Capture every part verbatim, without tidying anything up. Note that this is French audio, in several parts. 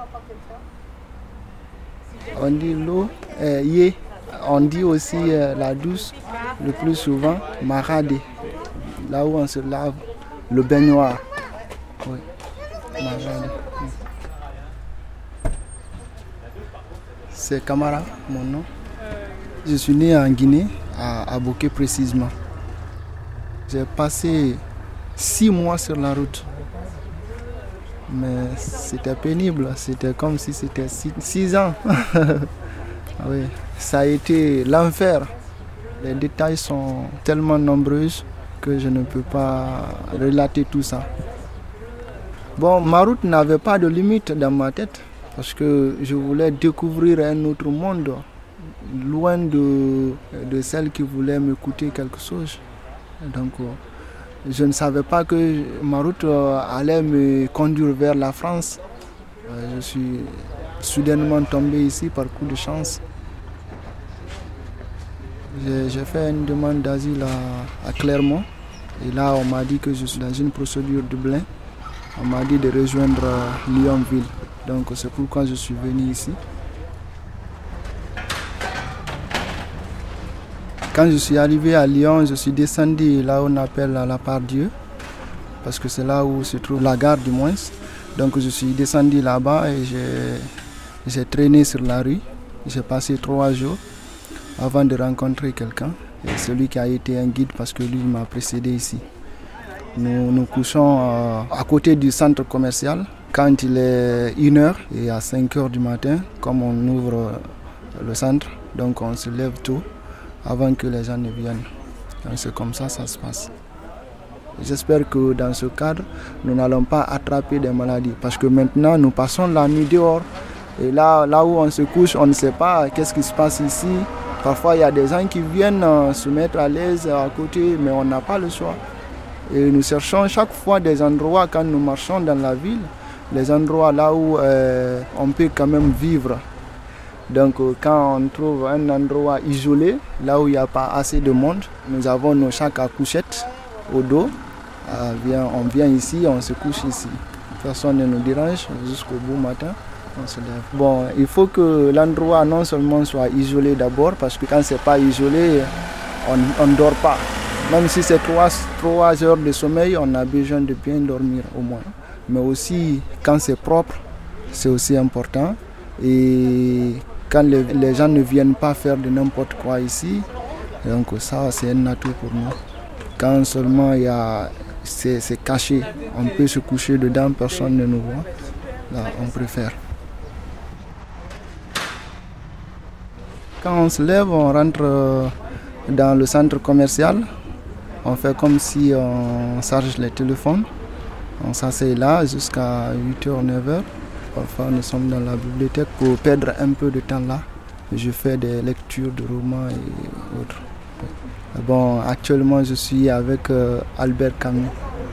On dit l'eau, euh, yé. On dit aussi euh, la douce, le plus souvent, marade. Là où on se lave, le baignoire. Oui, marade. C'est Camara, mon nom. Je suis né en Guinée, à, à Bouquet précisément. J'ai passé six mois sur la route. Mais c'était pénible, c'était comme si c'était six, six ans. Oui, ça a été l'enfer. Les détails sont tellement nombreux que je ne peux pas relater tout ça. Bon, ma route n'avait pas de limite dans ma tête parce que je voulais découvrir un autre monde, loin de, de celle qui voulait me coûter quelque chose. Donc, je ne savais pas que ma route allait me conduire vers la France. Je suis soudainement tombé ici par coup de chance. J'ai, j'ai fait une demande d'asile à, à Clermont et là on m'a dit que je suis dans une procédure de Dublin. On m'a dit de rejoindre Lyonville. Donc c'est pourquoi je suis venu ici. Quand je suis arrivé à Lyon, je suis descendu là où on appelle la Part-Dieu, parce que c'est là où se trouve la gare du moins. Donc je suis descendu là-bas et j'ai, j'ai traîné sur la rue. J'ai passé trois jours avant de rencontrer quelqu'un. Et celui qui a été un guide parce que lui m'a précédé ici. Nous nous couchons euh, à côté du centre commercial quand il est une heure et à cinq heures du matin, comme on ouvre le centre, donc on se lève tôt avant que les gens ne viennent. Donc c'est comme ça ça se passe. J'espère que dans ce cadre, nous n'allons pas attraper des maladies parce que maintenant nous passons la nuit dehors et là, là où on se couche, on ne sait pas qu'est-ce qui se passe ici. Parfois il y a des gens qui viennent euh, se mettre à l'aise à côté, mais on n'a pas le choix. Et nous cherchons chaque fois des endroits quand nous marchons dans la ville, les endroits là où euh, on peut quand même vivre. Donc quand on trouve un endroit isolé, là où il n'y a pas assez de monde, nous avons nos sacs à couchettes au dos. Euh, vient, on vient ici, on se couche ici. Personne ne nous dérange jusqu'au bout matin, on se lève. Bon, il faut que l'endroit non seulement soit isolé d'abord, parce que quand ce n'est pas isolé, on ne dort pas. Même si c'est trois, trois heures de sommeil, on a besoin de bien dormir au moins. Mais aussi, quand c'est propre, c'est aussi important. Et quand les, les gens ne viennent pas faire de n'importe quoi ici, donc ça c'est un atout pour nous. Quand seulement il y a, c'est, c'est caché, on peut se coucher dedans, personne ne nous voit, là on préfère. Quand on se lève, on rentre dans le centre commercial, on fait comme si on charge les téléphones, on s'assied là jusqu'à huit heures, neuf heures. Parfois, nous sommes dans la bibliothèque pour perdre un peu de temps là. Je fais des lectures de romans et autres. Bon, actuellement, je suis avec euh, Albert Camus.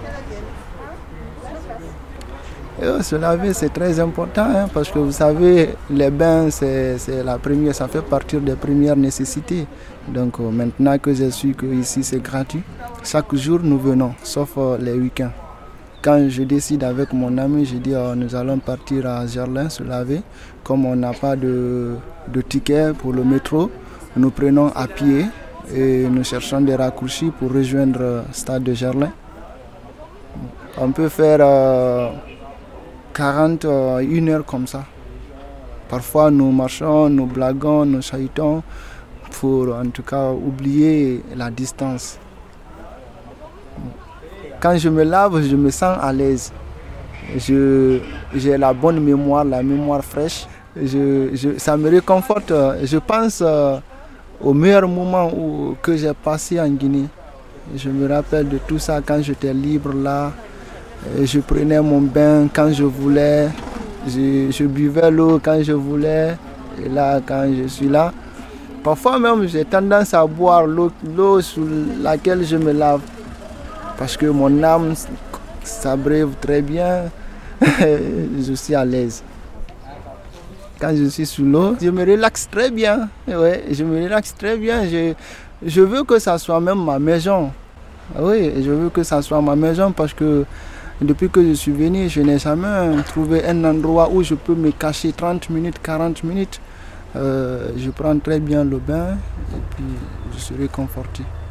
Et, oh, se laver, c'est très important hein, parce que vous savez, les bains, c'est, c'est la première, ça fait partie des premières nécessités. Donc, euh, maintenant que je suis que ici, c'est gratuit. Chaque jour, nous venons, sauf euh, les week-ends. Quand je décide avec mon ami, je dis oh, nous allons partir à Gerland se laver. Comme on n'a pas de, de ticket pour le métro, nous prenons à pied et nous cherchons des raccourcis pour rejoindre le stade de Gerland. On peut faire euh, quarante, euh, une heure comme ça. Parfois nous marchons, nous blaguons, nous chahutons pour en tout cas oublier la distance. Quand je me lave, je me sens à l'aise. Je, j'ai la bonne mémoire, la mémoire fraîche. Je, je, ça me réconforte. Je pense euh, au meilleur moment où, que j'ai passé en Guinée. Je me rappelle de tout ça quand j'étais libre là. Je prenais mon bain quand je voulais. Je, je buvais l'eau quand je voulais. Et là, quand je suis là, parfois même j'ai tendance à boire l'eau, l'eau sous laquelle je me lave. Parce que mon âme s'abreuve très bien, je suis à l'aise. Quand je suis sous l'eau, je me relaxe très bien. Ouais, je me relaxe très bien. Je, je veux que ça soit même ma maison. Oui, je veux que ça soit ma maison parce que Depuis que je suis venu, je n'ai jamais trouvé un endroit où je peux me cacher trente minutes, quarante minutes. Euh, je prends très bien le bain et puis je serai conforté.